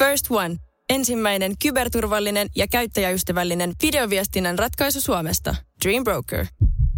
First One. Ensimmäinen kyberturvallinen ja käyttäjäystävällinen videoviestinnän ratkaisu Suomesta. Dream Broker.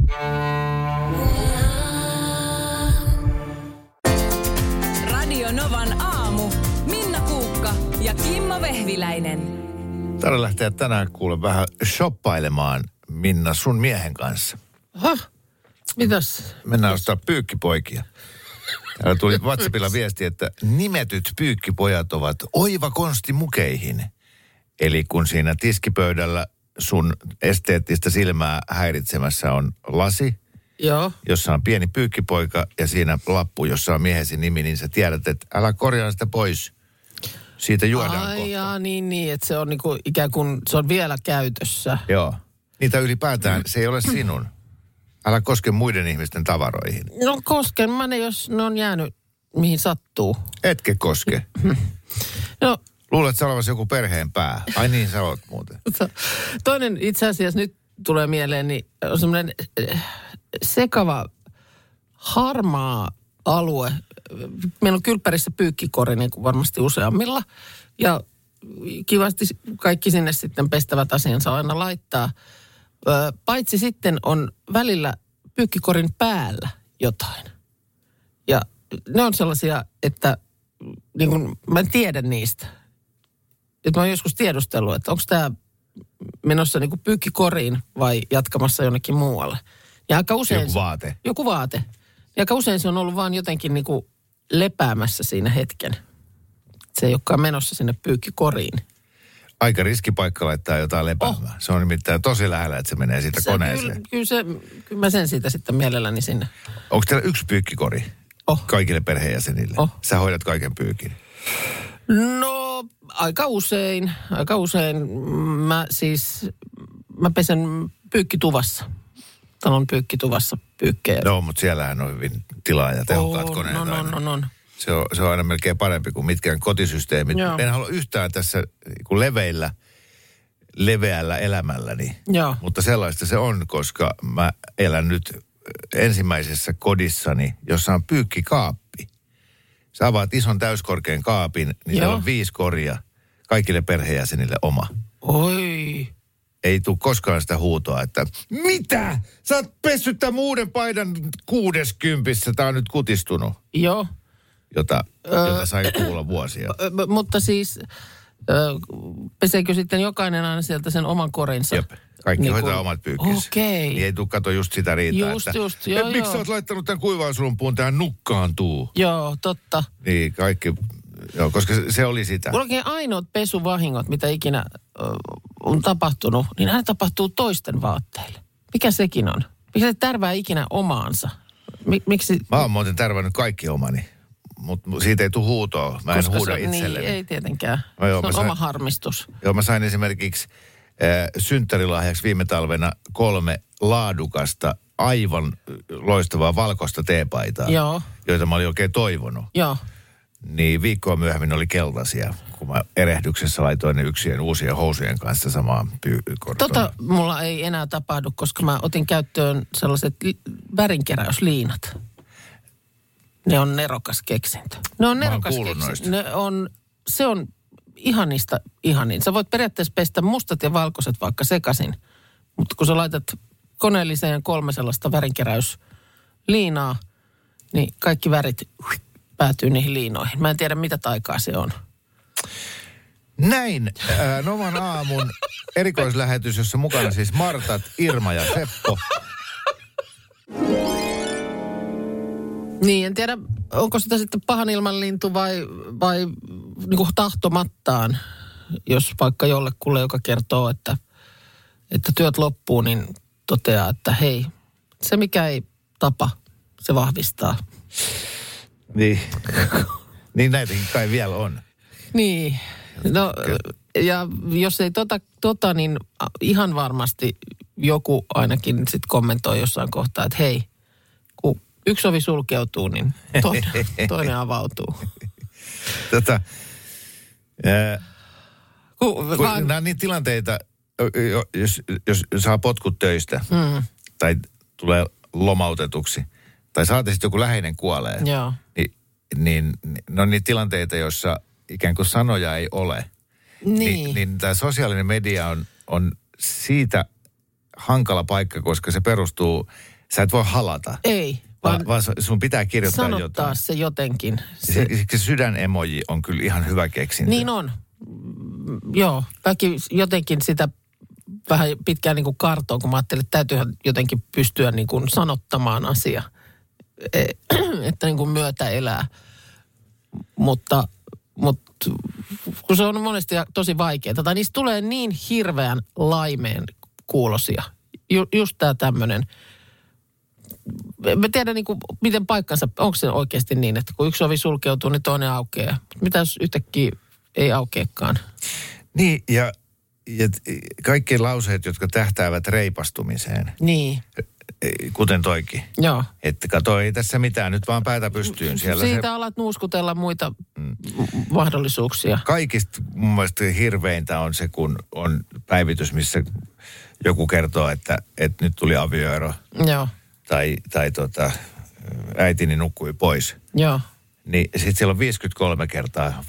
Radio Novan aamu. Minna Kuukka ja Kimmo Vehviläinen. Täällä lähtee tänään kuule vähän shoppailemaan, Minna, sun miehen kanssa. Mitäs? Mennään ostaa pyykkipoikia. Täällä tuli WhatsAppilla viesti, että nimetyt pyykkipojat ovat oiva konsti mukeihin. Eli kun siinä tiskipöydällä sun esteettistä silmää häiritsemässä on lasi, Joo. jossa on pieni pyykkipoika ja siinä lappu, jossa on miehesi nimi, niin sä tiedät, että älä korjaa sitä pois. Siitä juodaan kohta. Jaa, niin, että se on niinku ikään kuin, se on vielä käytössä. Joo. Niitä ylipäätään, se ei ole sinun. Älä koske muiden ihmisten tavaroihin. No kosken mä ne, jos ne on jäänyt mihin sattuu. Etkä koske. No. Luulet sä olevasi joku perheen pää. Ai niin sä oot muuten. Toinen itse asiassa nyt tulee mieleen, niin on semmoinen sekava, harmaa alue. Meillä on kylppärissä pyykkikori, niin kuin varmasti useammilla. Ja kivasti kaikki sinne sitten pestävät asiansa aina laittaa. Paitsi sitten on välillä pyykkikorin päällä jotain. Ja ne on sellaisia, että niin kuin, mä en tiedä niistä. Että mä oon joskus tiedustellut, että onko tämä menossa niin kuin pyykkikoriin vai jatkamassa jonnekin muualle. Ja aika usein... Joku vaate. Joku vaate. Ja aika usein se on ollut vaan jotenkin niin kuin lepäämässä siinä hetken. Se ei olekaan menossa sinne pyykkikoriin. Aika riskipaikka laittaa jotain lepäämään. Se on nimittäin tosi lähellä, että se menee siitä koneeseen. Kyllä mä sen siitä sitten mielelläni sinne. Onko teillä yksi pyykkikori kaikille perheenjäsenille? Sä hoidat kaiken pyykin. No, aika usein. Mä pesen pyykkituvassa. Talon pyykkituvassa pyykkejä. No, mutta siellähän on hyvin tilaa ja tehokkaat koneet. No. Se on aina melkein parempi kuin mitkään kotisysteemit. Joo. En halua yhtään tässä kun leveällä elämälläni. Joo. Mutta sellaista se on, koska mä elän nyt ensimmäisessä kodissani, jossa on pyykkikaappi. Sä avaat ison täyskorkean kaapin, niin siellä on 5 koria. Kaikille perheenjäsenille oma. Oi. Ei tule koskaan sitä huutoa, että mitä? Sä oot pessyt tämän uuden paidan 60. Tää on nyt kutistunut. Joo. Jota sai kuulla vuosia. Mutta siis, peseekö sitten jokainen aina sieltä sen oman korinsa? Jep. Kaikki niin hoitaa omat pyykkinsä. Okei. Niin ei tule kato just sitä riittää. Joo. Miksi sä oot laittanut tämän kuivausrumpuun tähän nukkaantuu? Joo, totta. Niin kaikki, koska se oli sitä. Mullakin ainoat pesuvahingot, mitä ikinä on tapahtunut, niin aina tapahtuu toisten vaatteille. Mikä sekin on? Miksi se tärvää ikinä omaansa? Miksi? Mä oon muuten tärvännyt kaikki omani. Mutta siitä ei tule huutoa. Mä en huuda itselleni. Niin, ei tietenkään. No, se on oma harmistus. Joo, mä sain esimerkiksi synttärilahjaksi viime talvena 3 laadukasta, aivan loistavaa valkoista teepaitaa. Joo. Joita mä olin oikein toivonut. Joo. Niin viikkoa myöhemmin oli keltaisia, kun mä erehdyksessä laitoin ne yksien uusien housujen kanssa samaan kortoon. Mulla ei enää tapahdu, koska mä otin käyttöön sellaiset värinkeräysliinat. Ne on nerokas keksintö. Se on ihanista ihanin. Sä voit periaatteessa pestä mustat ja valkoiset vaikka sekaisin. Mutta kun sä laitat koneelliseen 3 sellaista värinkeräysliinaa, niin kaikki värit päätyy niihin liinoihin. Mä en tiedä, mitä taikaa se on. Näin. Novan aamun erikoislähetys, jossa mukana siis Martat, Irma ja Seppo. Niin, en tiedä, onko sitä sitten pahan ilmanlintu vai niin kuin tahtomattaan, jos vaikka jollekulle, joka kertoo, että työt loppuu, niin toteaa, että hei, se mikä ei tapa, se vahvistaa. Niin näitäkin kai vielä on. Niin, no ja jos ei niin ihan varmasti joku ainakin sitten kommentoi jossain kohtaa, että hei, kun yksi ovi sulkeutuu, niin toinen avautuu. Nämä on niitä tilanteita, jos saa potkut töistä tai tulee lomautetuksi tai saatesi joku läheinen kuolee, niin ne on niitä tilanteita, joissa ikään kuin sanoja ei ole, niin tämä sosiaalinen media on siitä hankala paikka, koska se perustuu, sä et voi halata. Ei. Vaan sun pitää kirjoittaa sanottaa jotain. Se jotenkin. Se sydänemoji on kyllä ihan hyvä keksintö. Niin on. Joo, väki jotenkin sitä vähän pitkään niin kuin kartoon, kun mä ajattelin, että täytyyhän jotenkin pystyä niin kuin sanottamaan asia, että niin kuin myötä elää. Mutta kun se on monesti tosi vaikeaa, tai niistä tulee niin hirveän laimeen kuulosia. Just tämä tämmöinen. Mä tiedän niin kuin, miten paikkansa, onko se oikeasti niin, että kun yksi ovi sulkeutuu, niin toinen aukeaa. Mitä jos yhtäkkiä ei aukeakaan? Niin, ja kaikki lauseet, jotka tähtäävät reipastumiseen. Niin. Kuten toikin. Joo. Että kato, ei tässä mitään, nyt vaan päätä pystyyn. Siellä siitä alat nuuskutella muita mahdollisuuksia. Kaikista mun mielestä hirveintä on se, kun on päivitys, missä joku kertoo, että nyt tuli avioero. Joo. Tai äitini nukkui pois. Joo. Niin sit siellä on 53 kertaa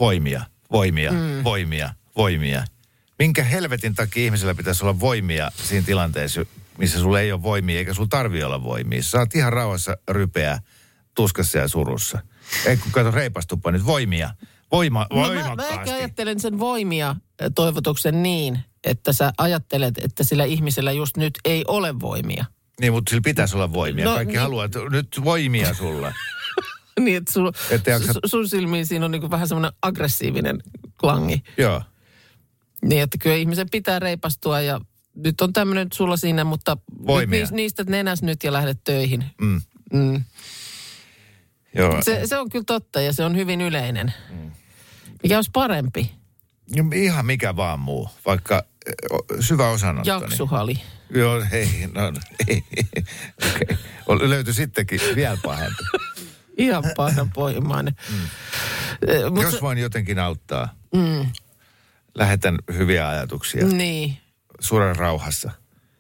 voimia. Minkä helvetin takia ihmisellä pitäisi olla voimia siinä tilanteessa, missä sulla ei ole voimia, eikä sulla tarvitse olla voimia. Sä oot ihan rauhassa rypeä tuskassa ja surussa. Ei kun kato, reipastupa nyt voimia. Voimakkaasti. Mä ehkä ajattelen sen voimia toivotuksen niin, että sä ajattelet, että sillä ihmisellä just nyt ei ole voimia. Niin, mutta sillä pitäisi olla voimia. Kaikki haluaa, että nyt voimia sulla. Niin, että sun silmiin siinä on niinku vähän semmoinen aggressiivinen klangi. Joo. Niin, että kyllä ihmisen pitää reipastua ja nyt on tämmöinen sulla siinä, mutta niistä nenäs nyt ja lähdet töihin. Joo. Se on kyllä totta ja se on hyvin yleinen. Mikä olisi parempi? Ihan mikä vaan muu, vaikka syvä osanotto. Jaksuhali. Joo, ei. Okay. Löytyi sittenkin vielä pahempi. Ihan pahanpohjimainen. Jos voin jotenkin auttaa, lähetän hyviä ajatuksia. Niin. Suren rauhassa.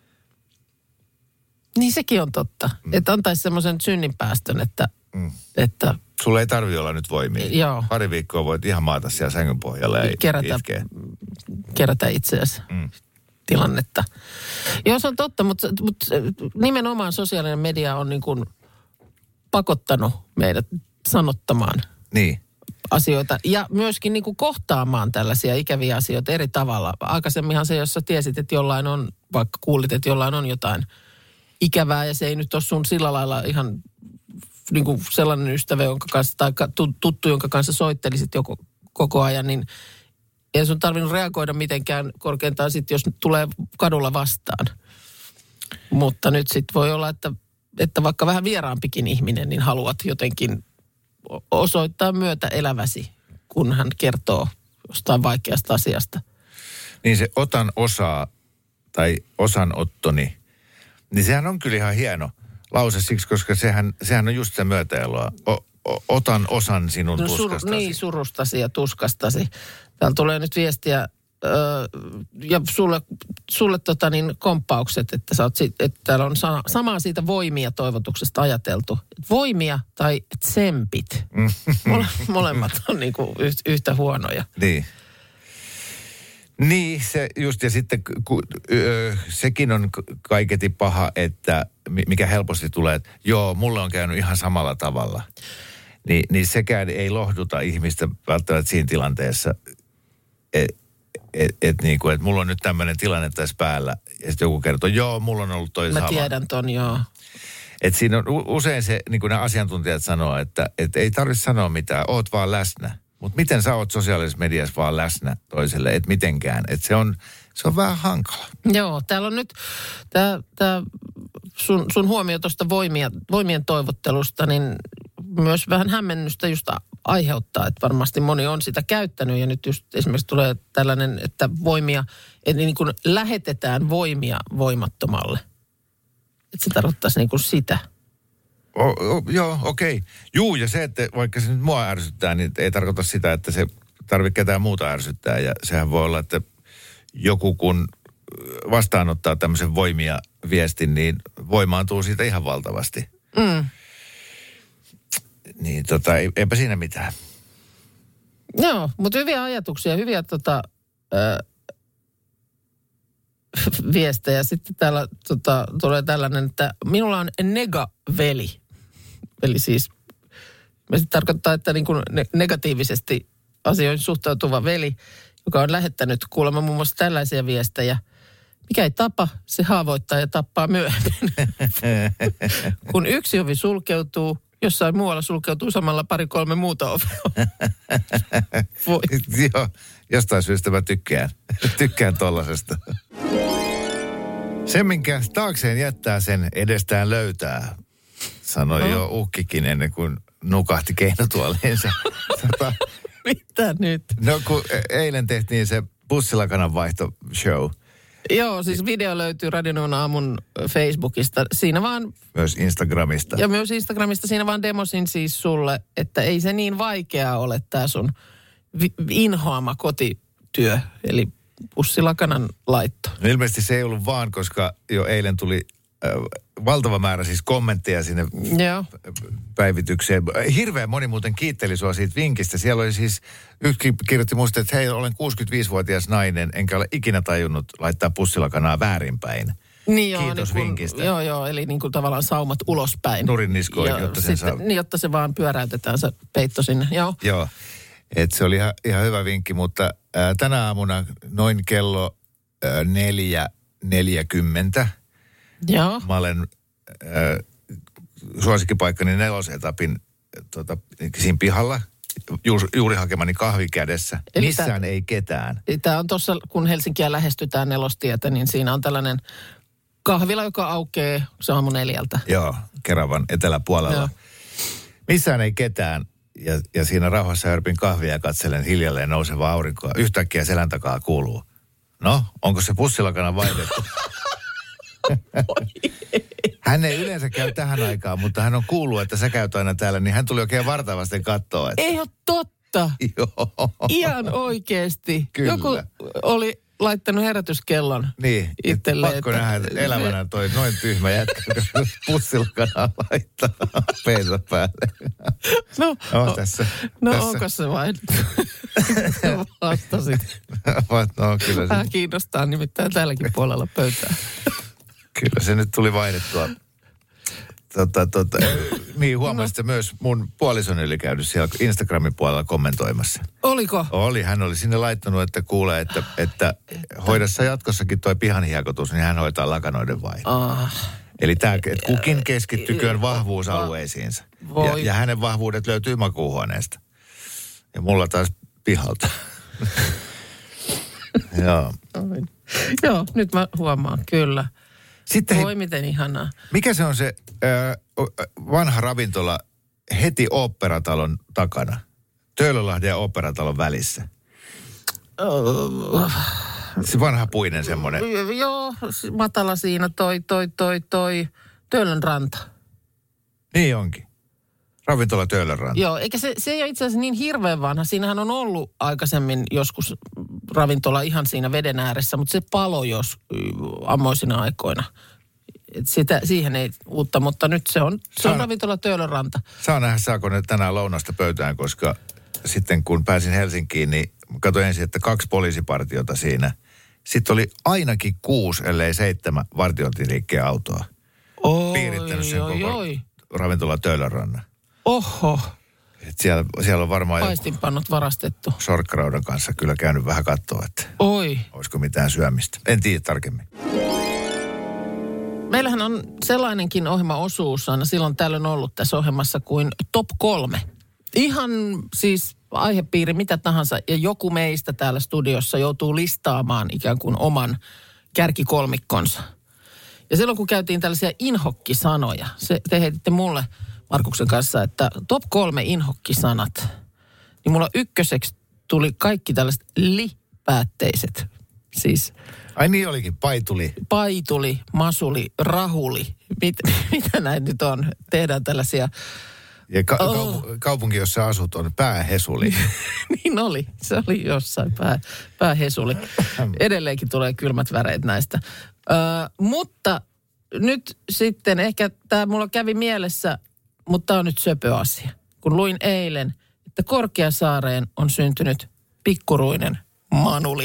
Niin sekin on totta. Että antaisi semmoisen synninpäästön, että sulla ei tarvitse olla nyt voimia. Joo. Pari viikkoa voit ihan maata siellä sängyn pohjalla ja itkeä. Kerätä itseäsi tilannetta. Joo, se on totta, mutta nimenomaan sosiaalinen media on niin kuin pakottanut meidät sanottamaan asioita ja myöskin niin kuin kohtaamaan tällaisia ikäviä asioita eri tavalla. Aikaisemminhan se, jos sä tiesit, että jollain on, vaikka kuulit, että jollain on jotain ikävää ja se ei nyt ole sun sillä lailla ihan niin kuin sellainen ystävä, jonka kanssa, tai tuttu, jonka kanssa soittelisit koko ajan, niin ei sun tarvinnut reagoida mitenkään korkeintaan sitten, jos tulee kadulla vastaan. Mutta nyt sitten voi olla, että vaikka vähän vieraampikin ihminen, niin haluat jotenkin osoittaa myötä eläväsi, kun hän kertoo jostain vaikeasta asiasta. Niin se otan osaa tai osanottoni, niin sehän on kyllä ihan hieno lause siksi, koska sehän on just se myötäeloa. Otan osan sinun tuskastasi. Niin, surustasi ja tuskastasi. Täällä tulee nyt viestiä ja sulle komppaukset, että että täällä on samaa siitä voimia toivotuksesta ajateltu. Voimia tai tsempit. Molemmat on niinku yhtä huonoja. Niin. Niin, se just, ja sitten sekin on kaiketi paha, että mikä helposti tulee, että joo, mulle on käynyt ihan samalla tavalla. Niin sekään ei lohduta ihmistä välttämättä siinä tilanteessa, että mulla on nyt tämmöinen tilanne tässä päällä. Ja sitten joku kertoo, joo, mulla on ollut toi sama. Mä tiedän ton, joo. Että siinä on usein se, niin kuin nämä asiantuntijat sanoo, että ei tarvitse sanoa mitään, oot vaan läsnä. Mutta miten sä oot sosiaalisessa mediassa vaan läsnä toiselle, et mitenkään. Että se on vähän hankala. Joo, täällä on nyt tämä sun huomio tuosta voimien toivottelusta, niin myös vähän hämmennystä just aiheuttaa, että varmasti moni on sitä käyttänyt ja nyt just esimerkiksi tulee tällainen, että voimia, että niin kuin lähetetään voimia voimattomalle. Että se tarkoittaisi niin kuin sitä. Joo, okei. Juu, ja se, että vaikka se nyt mua ärsyttää, niin ei tarkoita sitä, että se tarvitse ketään muuta ärsyttää. Ja sehän voi olla, että joku kun vastaanottaa tämmöisen voimia viestin, niin voimaantuu siitä ihan valtavasti. Niin eipä siinä mitään. Joo, mutta hyviä ajatuksia, hyviä viestejä. Sitten täällä tulee tällainen, että minulla on negaveli. Eli siis se tarkoittaa, että niin kuin negatiivisesti asioihin suhtautuva veli, joka on lähettänyt kuulemma muun muassa tällaisia viestejä. Mikä ei tapa, se haavoittaa ja tappaa myöhemmin. Kun yksi ovi sulkeutuu, jossain muualla sulkeutuu samalla 2-3 muuta ovea. Joo, jostain syystä mä tykkään tollasesta. Sen, minkä taakseen jättää, sen edestään löytää, sanoi jo Ukkikin ennen kuin nukahti keinotuoliinsa. Mitä nyt? No kun eilen tehtiin se bussilakanan vaihto-show. Joo, siis video löytyy Radio Novan aamun Facebookista. Siinä vaan... Myös Instagramista. Ja myös Instagramista. Siinä vaan demosin siis sulle, että ei se niin vaikeaa ole tää sun inhoama kotityö, eli bussilakanan laitto. No ilmeisesti se ei ollut vaan, koska jo eilen tuli valtava määrä siis kommentteja sinne päivitykseen. Hirveän moni muuten kiitteli sua siitä vinkistä. Siellä oli siis, yksi kirjoitti musta, että hei, olen 65-vuotias nainen, enkä ole ikinä tajunnut laittaa bussilakanaa väärinpäin. Niin joo, kiitos niin vinkistä. Joo, eli niin kuin tavallaan saumat ulospäin. Nurinniskoin, jotta sen saa. Niin, jotta se vaan pyöräytetään se peitto sinne, Joo, että se oli ihan hyvä vinkki, mutta tänä aamuna noin kello 4:40. Joo. Mä olen suosikkipaikkani 4. etapin siinä pihalla, juuri hakemani kahvi kädessä. Eli missään ei ketään. Tämä on tuossa, kun Helsinkiä lähestytään 4-tietä, niin siinä on tällainen kahvila, joka aukeaa aamu 4. Joo, Keravan eteläpuolella. Joo. Missään ei ketään. Ja siinä rauhassa hörpin kahvia ja katselen hiljalleen nousevaa aurinkoa. Yhtäkkiä selän takaa kuuluu. No, onko se bussilakana vaihdettu? Hän ei yleensä käy tähän aikaan, mutta hän on kuullut, että sä käyt aina täällä, niin hän tuli oikein vartavasten katsoa. Että... Ei ole totta. Joo. Ihan oikeasti. Kyllä. Joku oli laittanut herätyskellon itselleen. Pakko nähdä elämänä toi noin tyhmä jätkä, bussilakanaa laittaa peiltä päälle. Tässä. Onko se vain? Vastasit. No kyllä se. Vähän kiinnostaa nimittäin tälläkin puolella pöytää. Kyllä se nyt tuli vaihdettua. Niin huomasit, että myös mun puolisoni oli käynyt siellä Instagramin puolella kommentoimassa. Oliko? Oli, hän oli sinne laittanut, että kuulee, että hoidassa jatkossakin toi pihanhiekotus, niin hän hoitaa lakanoiden vaihdon. Eli tämä, että kukin keskittyköön vahvuusalueisiinsa. Ja hänen vahvuudet löytyy makuuhuoneesta. Ja mulla taas pihalta. Joo. Joo, nyt mä huomaan, kyllä. Sitten voi miten ihanaa. Mikä se on se vanha ravintola heti Oopperatalon takana? Töölönlahden ja Oopperatalon välissä. Se vanha puinen semmoinen. Joo, matala siinä toi Töölön ranta. Niin onkin. Ravintola Töölön ranta. Joo, eikä se ei ole itse asiassa niin hirveän vanha. Siinähän on ollut aikaisemmin joskus ravintola ihan siinä veden ääressä, mutta se paloi jos ammoisina aikoina. Siihen ei uutta, mutta nyt se on ravintola Töölön ranta. Saa nähdä, saako ne tänään lounasta pöytään, koska sitten kun pääsin Helsinkiin, niin katsoin ensin, että 2 poliisipartiota siinä. Sitten oli ainakin 6, ellei 7 vartiointiliikkeen autoa. Piirittänyt sen koko ravintola Töölön rannan. Oho. Et siellä on varmaan paistinpannut varastettu. Sorkkaraudan kanssa kyllä käynyt vähän katsoa, että olisiko mitään syömistä. En tiedä tarkemmin. Meillähän on sellainenkin ohjelmaosuus aina silloin tällöin ollut tässä ohjelmassa kuin Top 3. Ihan siis aihepiiri mitä tahansa ja joku meistä täällä studiossa joutuu listaamaan ikään kuin oman kärkikolmikkonsa. Ja silloin kun käytiin tällaisia inhokkisanoja, te heititte mulle Markuksen kanssa, että top 3 inhokkisanat, niin mulla ykköseksi tuli kaikki tällaiset li-päätteiset. Siis ai niin olikin, paituli, masuli, rahuli. Mitä näin nyt on? Tehdään tällaisia. Ja kaupunki, jossa asut, on päähesuli. Niin oli. Se oli jossain päähesuli. Edelleenkin tulee kylmät väreet näistä. Mutta nyt sitten ehkä tämä mulla kävi mielessä, mutta tämä on nyt söpö asia. Kun luin eilen, että Korkeasaareen on syntynyt pikkuruinen manuli.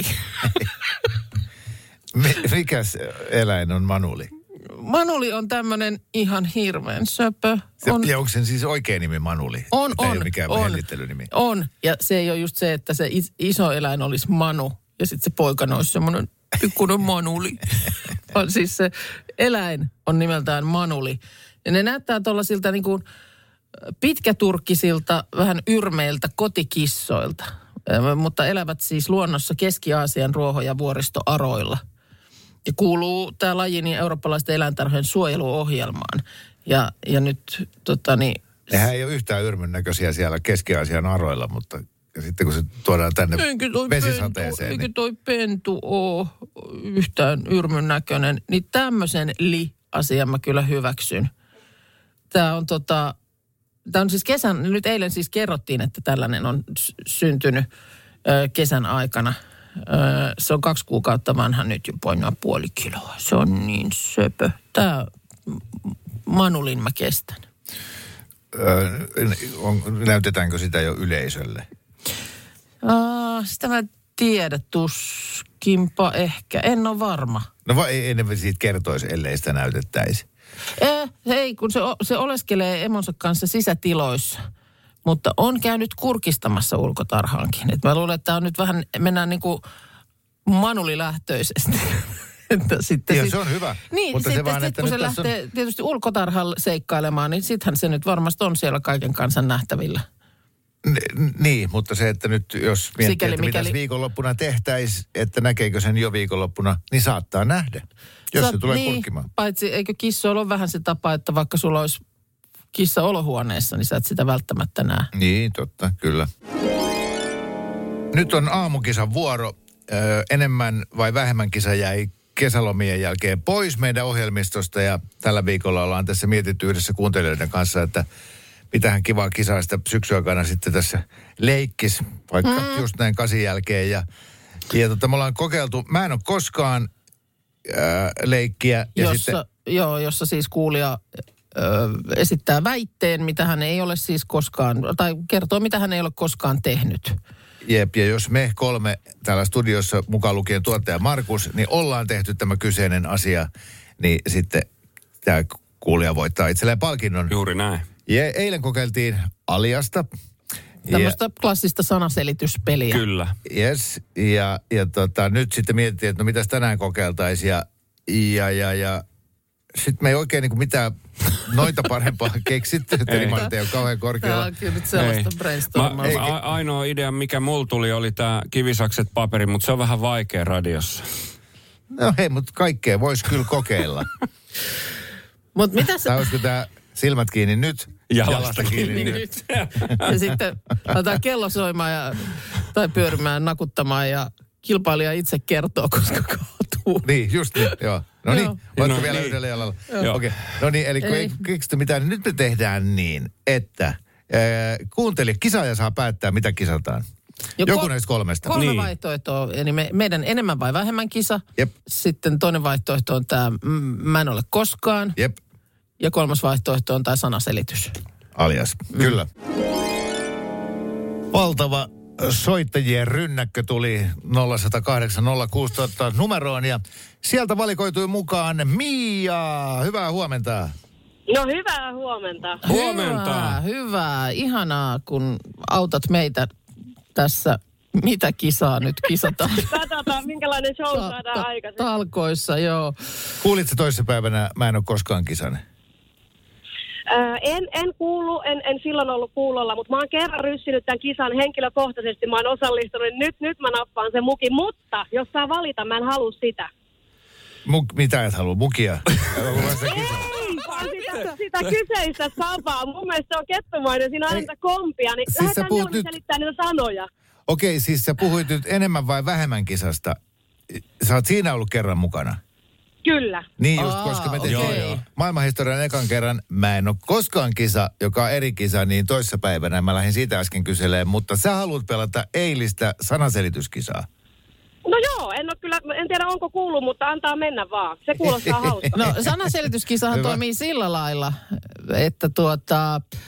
Mikäs eläin on manuli? Manuli on tämmöinen ihan hirveän söpö. Ja onko sen siis oikea nimi manuli? On. Ei ole mikään hellittelynimi. On. Ja se ei ole just se, että se iso eläin olisi manu ja sitten se poikana olisi semmoinen pikkuinen manuli. On siis se eläin on nimeltään manuli. Ja ne näyttää tuollaisilta niin kuin pitkäturkkisilta, vähän yrmeiltä kotikissoilta. Mutta elävät siis luonnossa Keski-Aasian ruoho- ja vuoristoaroilla. Ja kuuluu tämä laji niin eurooppalaisten eläintarhojen suojeluohjelmaan. Ja nyt Nehän ei ole yhtään yrmyn näköisiä siellä Keski-Aasian aroilla, mutta ja sitten kun se tuodaan tänne vesisateeseen. Eikä toi pentu ole yhtään yrmyn näköinen, niin tämmöisen asian mä kyllä hyväksyn. Tämä on siis nyt eilen siis kerrottiin, että tällainen on syntynyt kesän aikana. Se on 2 kuukautta vanha nyt jo, painaa 0,5 kiloa. Se on niin söpö. Tämä manulin mä kestän. Näytetäänkö sitä jo yleisölle? Sitä mä tiedä, tuskinpa ehkä. En ole varma. No ei ne siitä kertoisi, ellei sitä näytettäisi. Ei, kun se oleskelee emonsa kanssa sisätiloissa. Mutta on käynyt kurkistamassa ulkotarhaankin. Et mä luulen, että tämä on nyt vähän, mennään niin kuin manulilähtöisesti. Joo, se on hyvä. Niin, mutta sitten se vaan, että kun se lähtee tietysti ulkotarhalle seikkailemaan, niin sittenhän se nyt varmasti on siellä kaiken kansan nähtävillä. Niin, mutta se, että nyt jos miettii, että mitäs viikonloppuna tehtäisiin, että näkeekö sen jo viikonloppuna, niin saattaa nähdä, jos se tulee kurkkimaan. Paitsi eikö kissoilla ole vähän se tapa, että vaikka sulla olisi kissa olohuoneessa, niin sä et sitä välttämättä näe. Niin, totta, kyllä. Nyt on aamukisan vuoro. Enemmän vai vähemmän kisa jäi kesälomien jälkeen pois meidän ohjelmistosta ja tällä viikolla ollaan tässä mietitty yhdessä kuuntelijoiden kanssa, että mitähän kivaa kisaa sitä syksyn aikana sitten tässä leikkis, vaikka just näin 8 jälkeen. Ja me ollaan kokeiltu, mä en ole koskaan leikkiä. Ja jossa siis kuulija esittää väitteen, mitä hän ei ole siis koskaan, tai kertoo, mitä hän ei ole koskaan tehnyt. Jep, ja jos me 3 täällä studiossa, mukaan lukien tuottaja Markus, niin ollaan tehty tämä kyseinen asia, niin sitten tämä kuulija voittaa itselleen palkinnon. Juuri näin. Ja eilen kokeiltiin aliasta. Tämmöistä klassista sanaselityspeliä. Kyllä. Yes, ja nyt sitten mietittiin, että no mitäs tänään kokeiltaisiin, ja sitten me ei oikein niin kuin mitään noita parempaa keksitty, että Marte on kauhean korkealla. Tämä on kyllä nyt sellaista brainstormaa. Ainoa idea, mikä mulla tuli, oli tämä kivisakset paperi, mutta se on vähän vaikea radiossa. No hei, mutta kaikkea voisi kyllä kokeilla. Mutta mitä tai olisiko tämä silmät kiinni nyt, jalasta kiinni nyt. Ja sitten laitetaan kello soimaan tai pyörimään, nakuttamaan ja kilpailija itse kertoo, koska kaatuu. Niin, just niin, joo. No niin, voitko vielä yhdellä jalalla? Okei. No niin, eli kun ei keksitty mitään, niin nyt me tehdään niin, että kuuntelija, kisaaja saa päättää, mitä kisataan. Joku näistä 3. 3 vaihtoehtoa, eli meidän enemmän vai vähemmän kisa. Jep. Sitten toinen vaihtoehto on tämä mä en ole koskaan. Jep. Ja 3. vaihtoehto on tämä sanaselitys. Alias, kyllä. Valtava soittajien rynnäkkö tuli 0108 06000 numeroon ja sieltä valikoitui mukaan Mia. Hyvää huomenta. No hyvää huomenta. Huomenta. Hyvää. Ihanaa, kun autat meitä tässä. Mitä kisaa nyt kisataan? Katsotaan, minkälainen show saadaan aikaisemmin. Talkoissa, joo. Kuulitko toissapäivänä, mä en ole koskaan kisannut? En kuulu, en silloin ollut kuulolla, mutta mä oon kerran ryssinyt tämän kisan henkilökohtaisesti. Mä oon osallistunut, nyt mä nappaan sen mukin, mutta jos saa valita, mä en halua sitä. Mitä et halua, mukia? Ei, vaan sitä kyseistä sapaa. Mun mielestä se on kettumainen, siinä on aina kompia, niin siis lähdetään mieluummin selittää niitä sanoja. Okei, siis sä puhuit nyt enemmän vai vähemmän kisasta. Sä oot siinä ollut kerran mukana. Kyllä. Niin just, koska me tehtiin maailmanhistorian ekan kerran. Mä en ole koskaan kisa, joka on eri kisa, niin toissapäivänä mä lähdin siitä äsken kyselemään. Mutta sä haluat pelata eilistä sanaselityskisaa. No joo, en tiedä onko kuullut, mutta antaa mennä vaan. Se kuulostaa hauskaa. No sanaselityskisahan toimii sillä lailla, että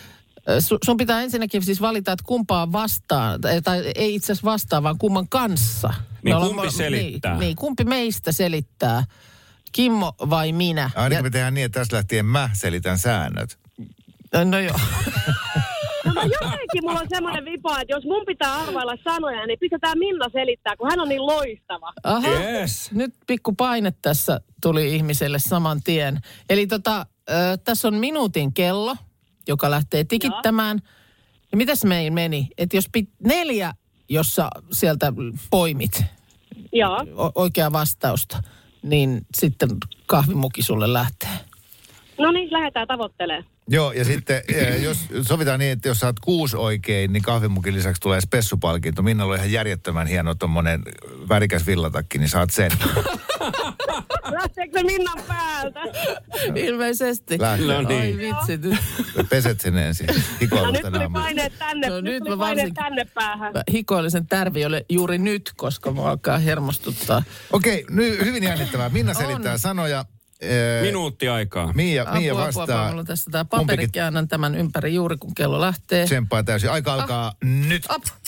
Sun pitää ensinnäkin siis valita, että kumpaa vastaan, tai ei itse asiassa vastaan, vaan kumman kanssa. Niin kumpi selittää? Niin, kumpi meistä selittää? Kimmo vai minä? Ainakin me tehdään niin, että tässä lähtien mä selitän säännöt. No joo. No jotenkin mulla on semmoinen vipa, että jos mun pitää arvailla sanoja, niin pistetään Minna selittää, kun hän on niin loistava. Aha, Yes. nyt pikku paine tässä tuli ihmiselle saman tien. Eli tässä on minuutin kello, joka lähtee tikittämään. Ja mitäs meillä meni? Että jos 4, jossa sieltä poimit Joo. oikea vastausta, niin sitten kahvimuki sulle lähtee. No niin, lähdetään tavoittelemaan. Joo, ja sitten jos sovitaan niin, että jos saat 6 oikein, niin kahvimukin lisäksi tulee spessupalkinto. Minnalla on ihan järjettömän hieno tommonen värikäs villatakki, niin saat sen. Lähteekö se Minnan päältä? Ilmeisesti. Lähtee. No niin. Ai vitsi. Nyt Peset sen ensin. No nyt Hikoilusta tuli naamalla. paineet tänne, No nyt nyt tuli mä paineet varsinkin- tänne päähän. mä hikoillisen tärviölle juuri nyt, koska mä alkaa hermostuttaa. Okei, nyt hyvin jännittävää. Minna selittää sanoja. Minuutti aikaa. Mia Apua, vastaa. mulla on tässä tämä paperi, Kumpikin käännän tämän ympäri juuri kun kello lähtee. tsemppaa täysin. Aika alkaa nyt.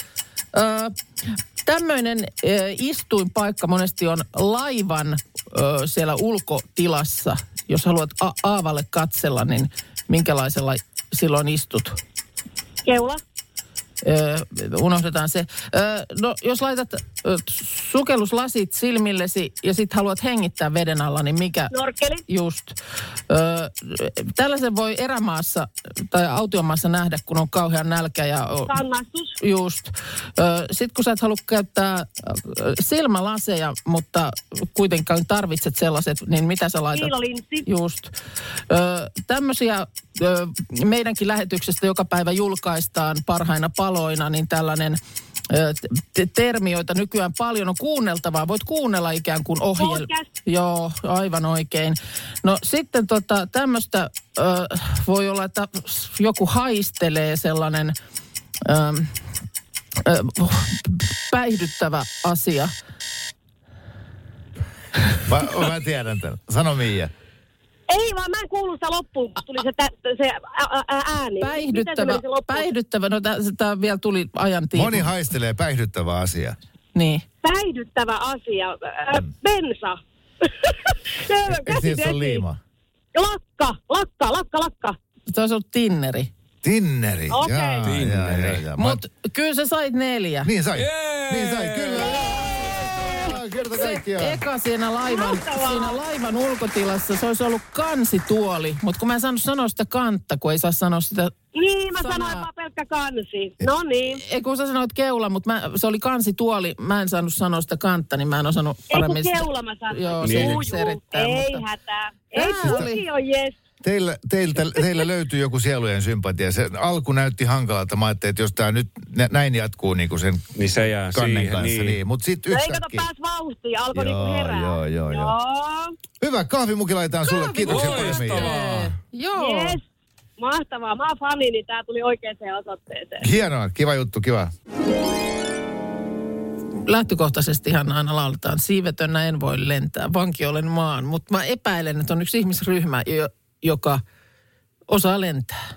Tämmöinen istuinpaikka monesti on laivan siellä ulkotilassa. Jos haluat aavalle katsella, niin minkälaisella silloin istut? Keula. Unohdetaan se. No, jos laitat sukelluslasit silmillesi ja sit haluat hengittää veden alla, niin mikä? Norkkeli. Just. Tällaisen voi erämaassa tai autiomaassa nähdä, kun on kauhean nälkä. Kannastus. Just. Sitten kun sä et halua käyttää silmälaseja, mutta kuitenkaan tarvitset sellaiset, niin mitä sä laitat? Kiilolinssi. Just. Tämmöisiä meidänkin lähetyksestä joka päivä julkaistaan parhaina paloina, niin tällainen termi, joita nykyään paljon on kuunneltavaa. Voit kuunnella ikään kuin Podcast. Joo, aivan oikein. No sitten tämmöistä voi olla, että joku haistelee sellainen päihdyttävä asia. Mä tiedän tämän. Sano Mia. Ei vaan, mä en kuullut sitä loppuun, kun tuli se ääni. Miten se meni se loppuun? Päihdyttävä. No tämä vielä tuli ajan tiimoilta. Moni haistelee päihdyttävä asia. Niin. Päihdyttävä asia. Bensa. Eikö niissä ole liima? Lakka. Se olisi ollut tinneri. Tinneri. Okei. Jaa. Mutta kyllä sä sait 4. Niin sai. Jee! Niin sai, kyllä. Kerta kaikkiaan. Eka siinä laivan ulkotilassa, se olisi ollut kansituoli. Mutta kun mä en saanut sanoa sitä kantta, kun ei saa sanoa sitä... Niin, mä Sanaa. sanoin vaan pelkkä kansi. No niin. Ei kun sä sanoit keula, mutta se oli kansituoli. Mä en saanut sanoa sitä kantta, niin mä en osannut paremmin... Ei kun keula mä sanoin. Joo, se erittää, Ei mutta... hätää. Ei Tää oli- tuki on jes. Teillä löytyy joku sielujen sympatia. Se alku näytti hankalalta. Mä ajattelin, että jos tämä nyt näin jatkuu niin kuin sen Niin se jää kannen siihen. kanssa. Niin. Mutta sitten No ei kato yhtäkkiä. pääs vauhtiin, alkoi Joo, niinku herää. joo. Hyvä, kahvimuki laitetaan sulle. Kiitoksia paljon Mia. Loistavaa. Joo. Jes. Mahtavaa. Mä oon fani, niin tää tuli oikeaan osoitteeseen. Hienoa, kiva juttu, kiva. Lähtökohtaisestihan aina lauletaan, siivetönnä en voi lentää, vanki olen maan. Mutta mä epäilen, että on yksi ihmisryhmä, joka osaa lentää.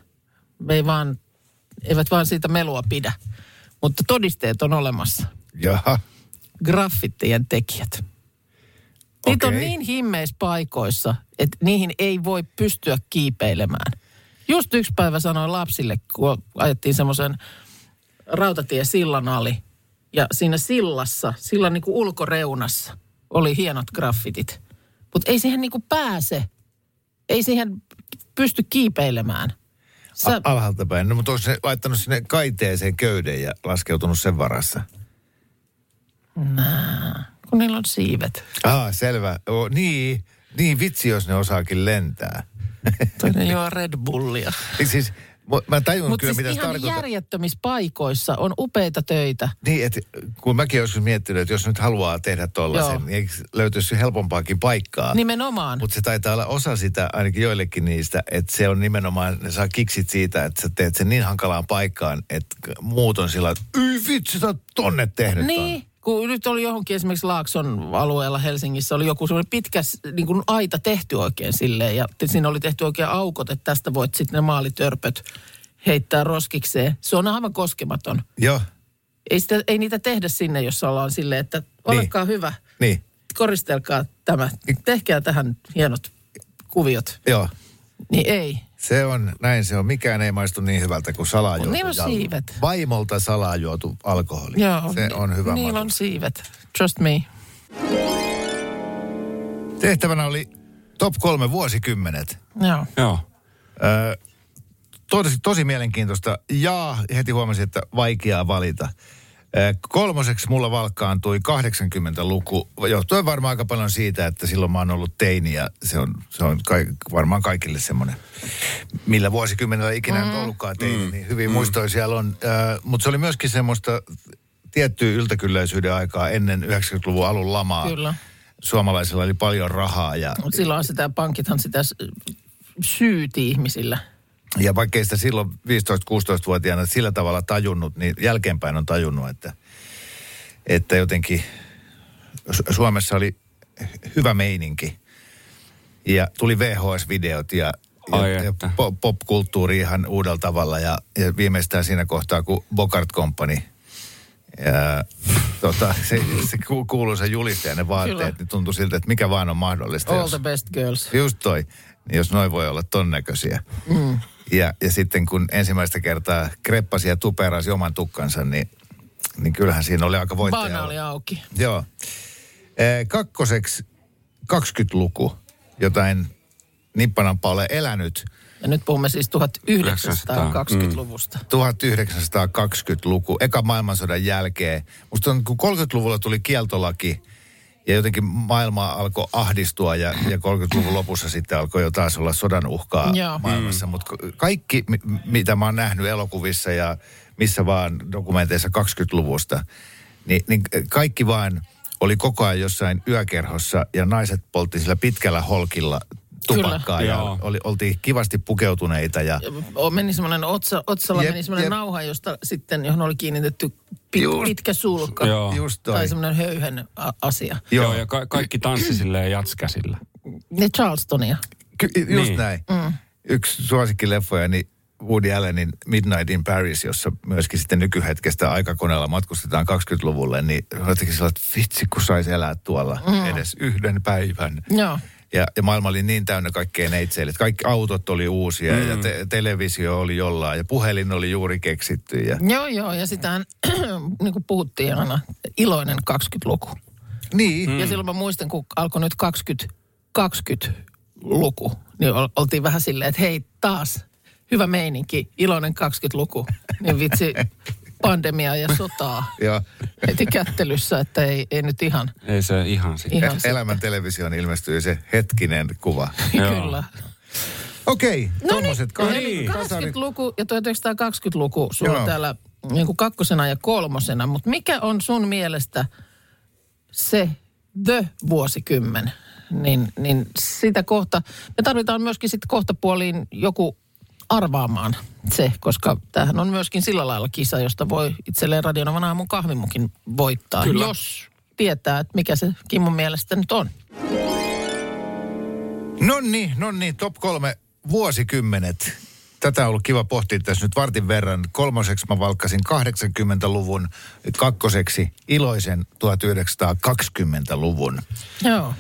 Eivät vaan siitä melua pidä. Mutta todisteet on olemassa. Jaha. Graffittejen tekijät. Niitä on Okei. niin himmeissä paikoissa, että niihin ei voi pystyä kiipeilemään. Just yksi päivä sanoin lapsille, kun ajettiin semmoisen rautatiesillan ali. Ja siinä sillan niin kuin ulkoreunassa oli hienot graffitit. Mutta ei siihen niin kuin pääse. Ei siihen pysty kiipeilemään. Alhaalta päin. No, mutta onko se laittanut sinne kaiteeseen köyden ja laskeutunut sen varassa? Kun niillä on siivet. Selvä. Niin, vitsi, jos ne osaakin lentää. Toinen juo Red Bullia. Siis, mä tajun Mutta kyllä, siis mitä se ihan tarkoittaa. järjettömissä paikoissa on upeita töitä. Niin, että kun mäkin olen joskus miettinyt, että jos nyt haluaa tehdä tollaisen, Joo. niin eikö löytyisi helpompaakin paikkaa? Nimenomaan. Mutta se taitaa olla osa sitä, ainakin joillekin niistä, että se on nimenomaan, ne saa kiksit siitä, että sä teet sen niin hankalaan paikkaan, että muut on sillä, että vitsi, sä oot tonne tehnyt Niin, kun nyt oli johonkin esimerkiksi Laakson alueella Helsingissä, oli joku semmoinen pitkä niin kuin aita tehty oikein silleen, ja siinä oli tehty oikein aukot, että tästä voit sitten ne maalitörpöt heittää roskikseen. Se on aivan koskematon. Joo. Ei niitä tehdä sinne, jos ollaan silleen, että olekaa hyvä. Niin. Koristelkaa tämä. Tehkää tähän hienot kuviot. Joo. Niin ei. Se on, näin se on. Mikään ei maistu niin hyvältä kuin salaa juotu Niillä on siivet. Vaimolta salaa juotu alkoholi. Joo. Se on hyvä Niillä maku. on siivet. Trust me. Tehtävänä oli top 3 vuosikymmenet. Joo. Tosi mielenkiintoista ja heti huomasin, että vaikeaa valita. 3. mulla valkkaantui 80-luku, johtuen varmaan aika paljon siitä, että silloin mä oon ollut teini ja se on varmaan kaikille semmoinen, millä vuosikymmenellä ikinä nyt ollutkaan teini, niin hyvin muistoja siellä on. Mutta se oli myöskin semmoista tiettyä yltäkylläisyyden aikaa ennen 90-luvun alun lamaa. Kyllä. Suomalaisilla oli paljon rahaa ja... Silloin pankithan sitä syyti ihmisillä. Ja vaikkei sitä silloin 15-16-vuotiaana sillä tavalla tajunnut, niin jälkeenpäin on tajunnut, että jotenkin Suomessa oli hyvä meininki. Ja tuli VHS-videot ja pop-kulttuuri ihan uudella tavalla. Ja viimeistään siinä kohtaa, kun Bogart Company, se kuuluisa juliste ja ne vaatteet, Kyllä. niin tuntui siltä, että mikä vaan on mahdollista. All the best girls. Just toi. Niin jos noi voi olla ton näköisiä. Ja sitten kun ensimmäistä kertaa kreppasi ja tuperasi oman tukkansa, niin kyllähän siinä oli aika voittaja. Baana oli auki. Joo. 2. 20-luku, jota en nippanampa ole elänyt. Ja nyt puhumme siis 1920-luvusta. 1920-luku, eka maailmansodan jälkeen. Musta on, kun 30-luvulla tuli kieltolaki ja jotenkin maailma alkoi ahdistua ja 30-luvun lopussa sitten alkoi jo taas olla sodan uhkaa maailmassa. Mutta kaikki, mitä mä oon nähnyt elokuvissa ja missä vaan dokumenteissa 20-luvusta, niin kaikki vaan oli koko ajan jossain yökerhossa ja naiset poltti sillä pitkällä holkilla tupakkaa. Kyllä. Ja oltiin kivasti pukeutuneita. Ja... Meni semmoinen otsalla meni semmoinen nauha, johon oli kiinnitetty pitkä sulka. Just toi. Tai semmoinen höyhen asia. Joo, ja kaikki tanssi silleen jatskäsillä. Ne Charlestonia. Just näin. Yksi suosikkileffoja, niin Woody Allenin Midnight in Paris, jossa myöskin sitten nykyhetkestä aikakoneella matkustetaan 20-luvulle, niin jotenkin sellainen, että vitsi, kun saisi elää tuolla edes yhden päivän. Joo. Ja maailma oli niin täynnä kaikkea neitseille, että kaikki autot oli uusia ja televisio oli jollain ja puhelin oli juuri keksitty. Ja... Joo, ja sitähän niin kuin puhuttiin aina, iloinen 20-luku. Niin. Ja silloin mä muistan, kun alkoi nyt 20-luku, niin oltiin vähän silleen, että hei taas, hyvä meininki, iloinen 20-luku. Niin vitsi, pandemia ja sotaa heti kättelyssä, että ei nyt ihan. Ei se ihan sitten. Elämän televisioon ilmestyi se hetkinen kuva. Kyllä. Okei, tommoset 20-luku ja 1920-luku sulla on täällä niin kuin 2. ja 3. Mutta mikä on sun mielestä se vuosikymmen? Niin sitä kohta, me tarvitaan myöskin sitten kohtapuoliin joku arvaamaan se, koska tämähän on myöskin sillä lailla kisa, josta voi itselleen Radio Novan aamun kahvimukin voittaa, Kyllä. jos tietää, että mikä se Kimmon mielestä nyt on. Nonni, top 3 vuosikymmenet. Tätä on ollut kiva pohtia tässä nyt vartin verran. 3. mä valkkasin 80-luvun, 2. iloisen 1920-luvun. Joo.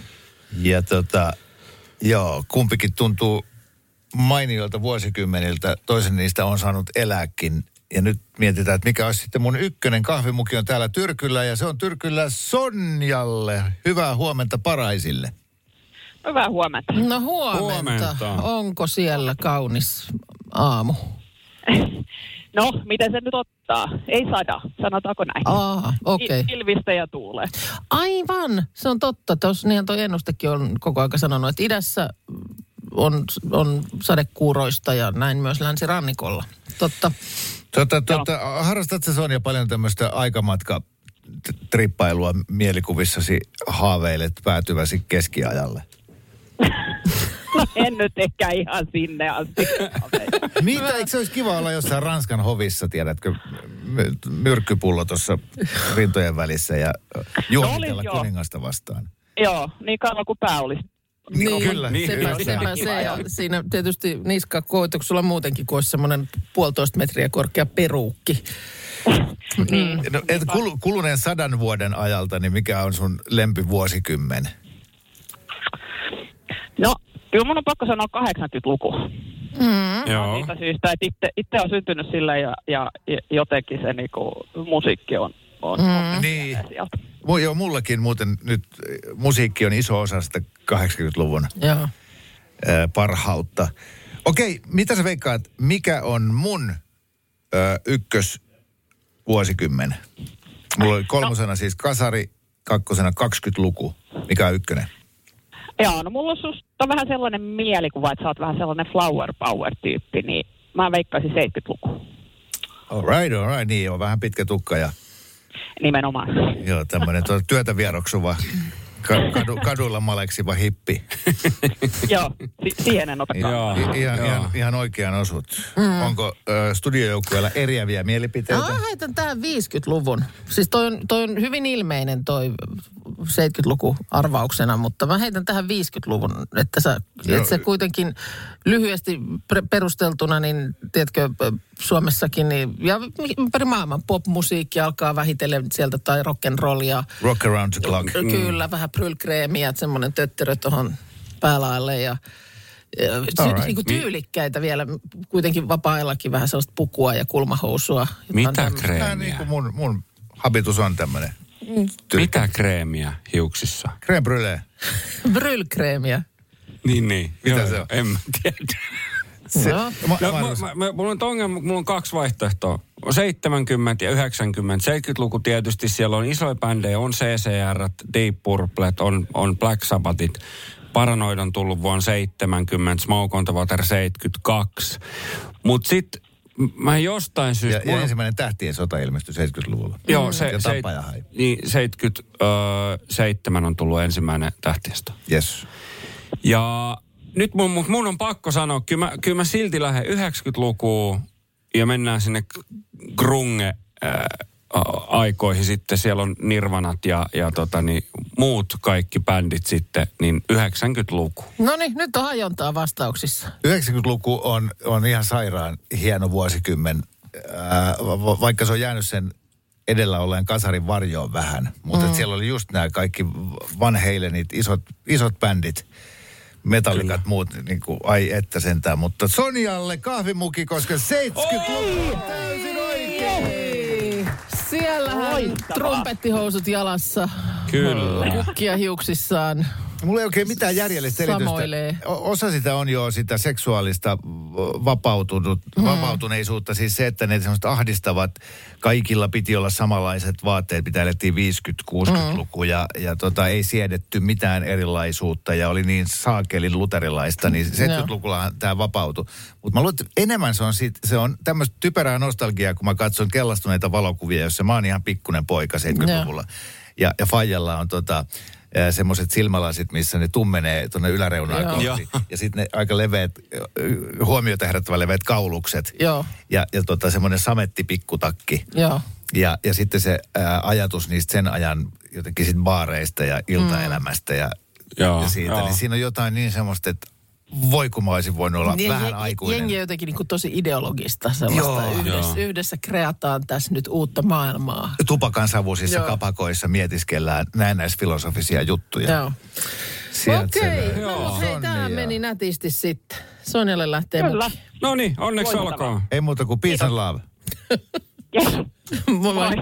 Ja kumpikin tuntuu mainioilta vuosikymmeniltä. Toisen niistä on saanut elääkin. Ja nyt mietitään, että mikä olisi sitten mun ykkönen kahvimuki on täällä Tyrkyllä. Ja se on Tyrkyllä Sonjalle. Hyvää huomenta Paraisille. Hyvää huomenta. No huomenta. Onko siellä kaunis aamu? No, miten se nyt ottaa? Ei sada, sanotaanko näin. Okei. Pilvistä ja tuulee. Aivan, se on totta. Niinhän tuo ennustekin on koko ajan sanonut, että idässä on sadekuuroista ja näin myös länsirannikolla. Totta. Harrastatko Sonja paljon tämmöistä aikamatka-trippailua mielikuvissasi haaveilet päätyväsi keskiajalle? No en nyt ehkä ihan sinne asti. Mitä, eikö se olisi kiva olla jossain Ranskan hovissa, tiedätkö, myrkkypullo tuossa rintojen välissä ja juonitella kuningasta vastaan? Joo, niin kauan kuin pää olisi Niin, Kyllä. sepä se. Ja siinä tietysti niskakoito, kun sulla on muutenkin, kun olisi semmoinen 1,5 metriä korkea peruukki. No, kuluneen 100 vuoden ajalta, niin mikä on sun lempivuosikymmen? No, kyllä mun on pakko sanoa 80-luku. Joo. Siitä syystä, että itse on syntynyt sillä ja jotenkin se niinku, musiikki on Niin. sieltä. Joo, mullakin muuten nyt musiikki on iso osa sitä 80-luvun Joo. parhautta. Okei, mitä sä veikkaat, mikä on mun ykkösvuosikymmen? Mulla oli 3 siis kasari, 2 20-luku. Mikä on 1? Joo, no mulla on susta vähän sellainen mielikuva, että sä oot vähän sellainen flower power-tyyppi, niin mä veikkaisin 70-luku. All right, niin on vähän pitkä tukka ja Nimenomaan. joo, tämmöinen työtä vieroksuva, kadulla maleksiva hippi. Joo, siihen en ota kantaa. Ihan oikean osut. Onko studiojoukkueella eriäviä mielipiteitä? Mä heitän tähän 50-luvun. Siis toi on hyvin ilmeinen toi 70-luku arvauksena, mutta mä heitän tähän 50-luvun, että se kuitenkin lyhyesti perusteltuna, niin tiedätkö, Suomessakin niin, ja ympäri maailman popmusiikki alkaa vähitellen sieltä tai rock'n'rollia. Rock around the clock. Kyllä, vähän prylkreemiä, semmoinen tötterö tuohon päälaelle ja niin kuin tyylikkäitä vielä, kuitenkin vapaa-ajallakin vähän sellaista pukua ja kulmahousua. Mitä kreemiä? Niin kuin mun habitus on tämmöinen. Mitä kreemiä hiuksissa? Crème brûlée. Brylkreemiä. Niin. Mitä se on? En mä tiedä. Mulla on 2 vaihtoehtoa. 70 ja 90. 70-luku tietysti siellä on isoja bändejä, on CCR, Deep Purple, on Black Sabbathit. Paranoid on tullut vuonna 70, Smoke on the Water 72. Mut sit mä jostain syystä... Ja ensimmäinen Tähtien sota ilmestyi 70-luvulla. Joo, ja Tappaja hai. Niin 77 on tullut ensimmäinen Tähtien sota. Yes. Ja nyt mun on pakko sanoa, kyllä mä silti lähden 90-lukuun ja mennään sinne grunge aikoihin sitten. Siellä on Nirvanat ja muut kaikki bändit sitten, niin 90-luku. No niin, nyt on hajontaa vastauksissa. 90-luku on ihan sairaan hieno vuosikymmen, vaikka se on jäänyt sen edellä olleen kasarin varjoon vähän. Mutta siellä oli just nämä kaikki Van Halenit, isot bändit. Metallikat muut, niin kuin, ai että sentään, mutta Sonjalle kahvimuki, koska 70-luku on täysin oikein. Siellähän trumpettihousut jalassa. Kyllä. Kukkia hiuksissaan. Mulla ei oikein mitään järjellistä selitystä. Samoilee. Osa sitä on jo sitä seksuaalista vapautuneisuutta. Siis se, että ne semmoiset ahdistavat, kaikilla piti olla samanlaiset vaatteet, mitä elettiin 50-60-luku ja ei siedetty mitään erilaisuutta ja oli niin saakelin luterilaista, niin 70-lukullahan tämä vapautui. Mutta mä luulen, että enemmän se on tämmöistä typerää nostalgiaa, kun mä katson kellastuneita valokuvia, jossa mä oon ihan pikkunen poika 70-luvulla. Ja Fajalla on semmoiset silmälasit, missä ne tummenee tuonne yläreunaan kohti. Ja sitten ne aika leveät, huomiota herättävän leveät kaulukset. Joo. Ja semmoinen samettipikkutakki. Joo. Ja sitten se ajatus niistä sen ajan jotenkin sit baareista ja iltaelämästä ja siitä. Niin siinä on jotain niin semmoista, että voi kun mä olisin voinut olla vähän aikuinen. Jengi on jotenkin niin kuin tosi ideologista sellaista. Yhdessä kreataan tässä nyt uutta maailmaa. Tupakansavuisissa kapakoissa mietiskellään näennäisfilosofisia juttuja. Joo. Okei, hei, tämä meni nätisti sitten. Sonjalle lähtee mukaan. No niin, onneksi olkoon. Ei muuta kuin peace and love. Yes. Moi.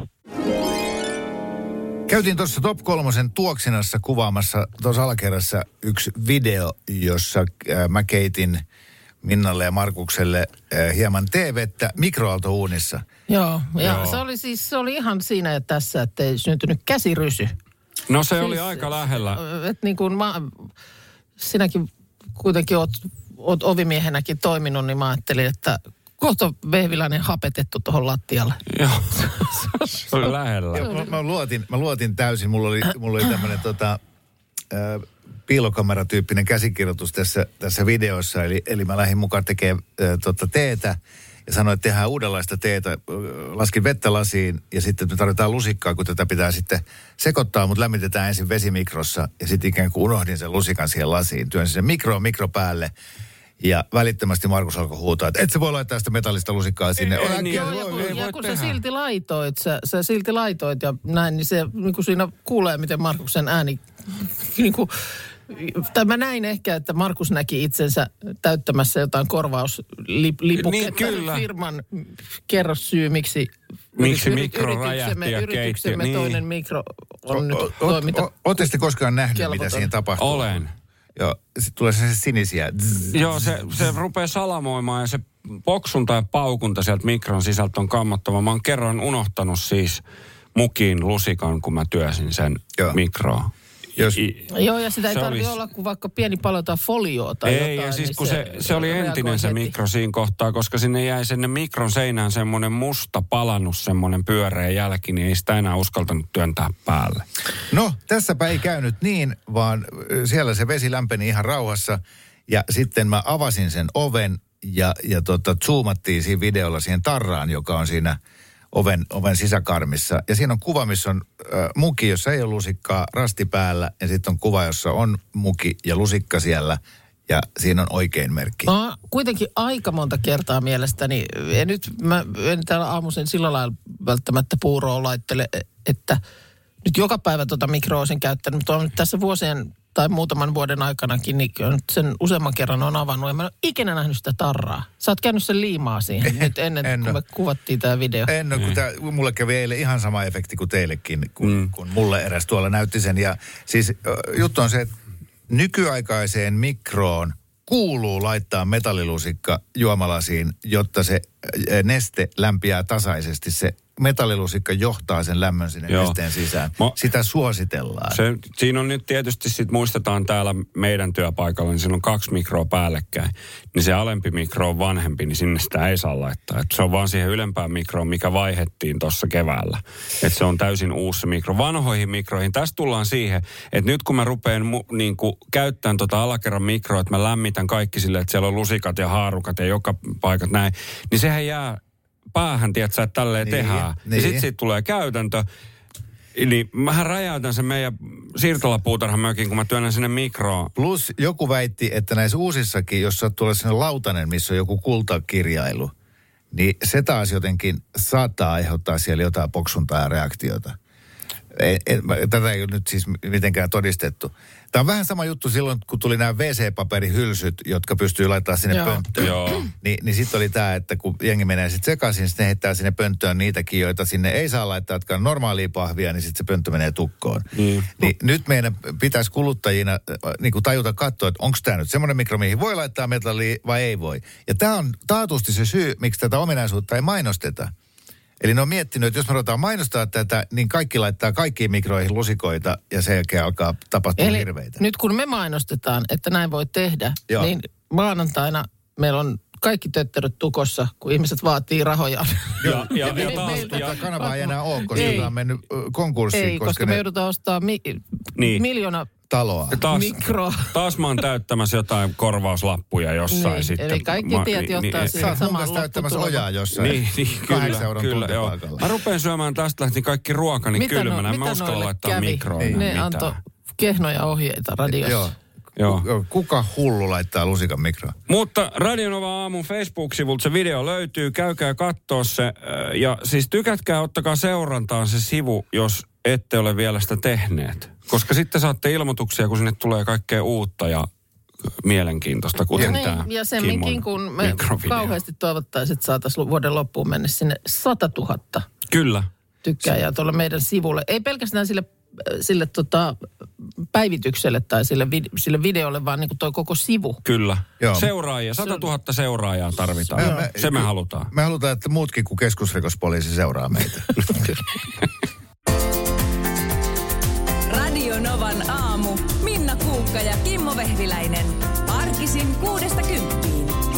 Käytiin tuossa Top 3 tuoksinassa kuvaamassa tuossa alakerrassa yksi video, jossa mä keitin Minnalle ja Markukselle hieman TV:tä mikroaaltouunissa. Joo. Se oli ihan siinä ja tässä, että ei syntynyt käsirysy. No se oli aika lähellä. Että niin kuin sinäkin kuitenkin oot ovimiehenäkin toiminut, niin mä ajattelin, että kohta Vehviläinen hapetettu tuohon lattialle. Joo, se oli lähellä. Mä luotin täysin. Mulla oli tämmöinen piilokameratyyppinen käsikirjoitus tässä videossa. Eli mä lähdin mukaan tekemään teetä. ja sanoin, että tehdään uudenlaista teetä. Laskin vettä lasiin ja sitten me tarvitaan lusikkaa, kun tätä pitää sitten sekoittaa, mutta lämmitetään ensin vesimikrossa ja sitten ikään kuin unohdin sen lusikan siihen lasiin. Työnsin sen mikro päälle. Ja välittömästi Markus alkoi huutaa, että et sä voi laittaa sitä metallista lusikkaa sinne. Ja kun sä silti laitoit ja näin, niin se niin kuin siinä kuulee, miten Markuksen ääni niin kuin, tai mä näin ehkä, että Markus näki itsensä täyttämässä jotain korvauslipuketta firman kerrossyy, miksi mikro räjähti ja yrityksemme toinen mikro on nyt toiminta. Ootte sitten koskaan nähnyt, mitä siinä tapahtuu? Olen. Joo, sitten tulee se sinisiä. Joo, se rupeaa salamoimaan ja se poksunta ja paukunta sieltä mikron sisältä on kammottava. Mä oon kerran unohtanut siis mukiin lusikan, kun mä työsin sen mikroon. Joo, ja sitä ei tarvitse olla kuin vaikka pieni palo tai folioa tai jotain. Ei, ja siis niin kun se oli entinen se mikro siinä kohtaa, koska sinne jäi sinne mikron seinään semmoinen musta palannut semmoinen pyöreä jälki, niin ei sitä enää uskaltanut työntää päälle. No, tässäpä ei käynyt niin, vaan siellä se vesi lämpeni ihan rauhassa ja sitten mä avasin sen oven ja zoomattiin siinä videolla siihen tarraan, joka on siinä oven sisäkarmissa. Ja siinä on kuva, missä on muki, jossa ei ole lusikkaa, rasti päällä. Ja sitten on kuva, jossa on muki ja lusikka siellä. Ja siinä on oikein merkki. Kuitenkin aika monta kertaa mielestäni. Ja nyt mä en täällä aamuisen sillä lailla välttämättä puuroa laittele, että nyt joka päivä mikroa sen käyttänyt. Mutta on nyt tässä vuosien tai muutaman vuoden aikanakin, niin sen useamman kerran on avannut. Ja mä en ole ikinä nähnyt sitä tarraa. Sä oot käynyt sen liimaa siihen nyt ennen kuin me kuvattiin tämä video. Kun mulle kävi eilen ihan sama efekti kuin teillekin, kun mulle eräs tuolla näytti sen. Ja siis juttu on se, että nykyaikaiseen mikroon kuuluu laittaa metallilusikka juomalasiin, jotta se neste lämpiää tasaisesti. Se metallilusikka johtaa sen lämmön sinne nesteen sisään. Sitä suositellaan. Siinä on nyt tietysti, muistetaan täällä meidän työpaikalla, niin siinä on 2 mikroa päällekkäin. Niin se alempi mikro on vanhempi, niin sinne sitä ei saa laittaa. Et se on vaan siihen ylempään mikroon, mikä vaihdettiin tuossa keväällä. Että se on täysin uusi mikro. Vanhoihin mikroihin. Tässä tullaan siihen, että nyt kun mä rupean käyttämään alakerran mikroa, että mä lämmitän kaikki silleen, että siellä on lusikat ja haarukat ja joka paikat näin, niin sehän jää päähän, tiedätkö, että tälleen tehdään. Ja sitten siitä tulee käytäntö. Niin mähän räjäytän sen meidän siirtolapuutarhan mökin, kun mä työnnän sinne mikroon. Plus joku väitti, että näissä uusissakin, jos sattuu olla sinne lautanen, missä on joku kultakirjailu, niin se taas jotenkin saattaa aiheuttaa siellä jotain poksuntaa ja reaktiota. Tätä ei ole nyt siis mitenkään todistettu. Tämä on vähän sama juttu silloin, kun tuli nämä WC-paperihylsyt, jotka pystyy laittamaan sinne pönttöön. Niin sitten oli tämä, että kun jengi menee sitten sekaisin, sitten ne heittää sinne pönttöön niitäkin, joita sinne ei saa laittaa, jotka on normaalia pahvia, niin sitten se pönttö menee tukkoon. Niin nyt meidän pitäisi kuluttajina niin kuin tajuta katsoa, että onko tämä nyt semmoinen mikro, mihin voi laittaa metallia vai ei voi. Ja tämä on taatusti se syy, miksi tätä ominaisuutta ei mainosteta. Eli ne on miettinyt, että jos me ruvetaan mainostaa tätä, niin kaikki laittaa kaikkiin mikroihin lusikoita ja sen jälkeen alkaa tapahtua hirveitä. Nyt kun me mainostetaan, että näin voi tehdä, niin maanantaina meillä on kaikki tötteröt tukossa, kun ihmiset vaatii rahojaan. Ja kanavaa ei enää ole, koska tämä on mennyt konkurssiin. Ei, koska me joudutaan ostamaan miljoona taloa. Mikroa. Taas mä oon täyttämässä jotain korvauslappuja jossain sitten. Eli kaikki tiet johtaa siihen samaan lopputuloon. Täyttämässä ojaa jossain. 8 euron tuntipaikalla. Mä rupean syömään tästä lähtien kaikki ruokani kylmänä. Mä uskalla laittaa mikroon. Ne antoi kehnoja ohjeita radiossa. Joo. Kuka hullu laittaa lusikan mikroon? Mutta Radio Nova aamun Facebook-sivulta se video löytyy. Käykää kattoo se. Ja siis tykätkää, ottakaa seurantaan se sivu, jos ette ole vielä sitä tehneet. Koska sitten saatte ilmoituksia, kun sinne tulee kaikkea uutta ja mielenkiintoista, kuten tämä ja semminkin, kun me kauheasti toivottaisiin, että saataisiin vuoden loppuun mennä sinne 100 000 Kyllä. tykkääjää tuolla meidän sivulle. Ei pelkästään sille päivitykselle tai sille videolle, vaan niin kuin toi koko sivu. Kyllä. Joo. Seuraajia, 100 000 seuraajaa tarvitaan. Se me halutaan. Me halutaan, että muutkin kuin keskusrikospoliisi seuraa meitä. Radio Novan aamu. Minna Kuukka ja Kimmo Vehviläinen. Arkisin 6–10.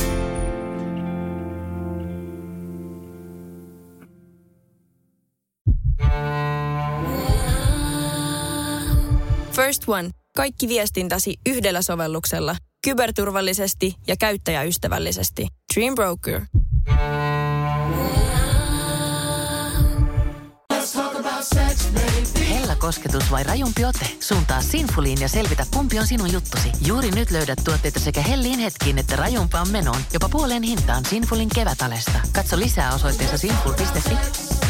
First One. Kaikki viestintäsi yhdellä sovelluksella. Kyberturvallisesti ja käyttäjäystävällisesti. Dream Broker. Hellä kosketus vai rajumpi ote? Suuntaa Sinfuliin ja selvitä, kumpi on sinun juttusi. Juuri nyt löydät tuotteita sekä helliin hetkiin että rajumpaan menoon. Jopa puoleen hintaan Sinfulin kevätalesta. Katso lisää osoitteessa sinful.fi.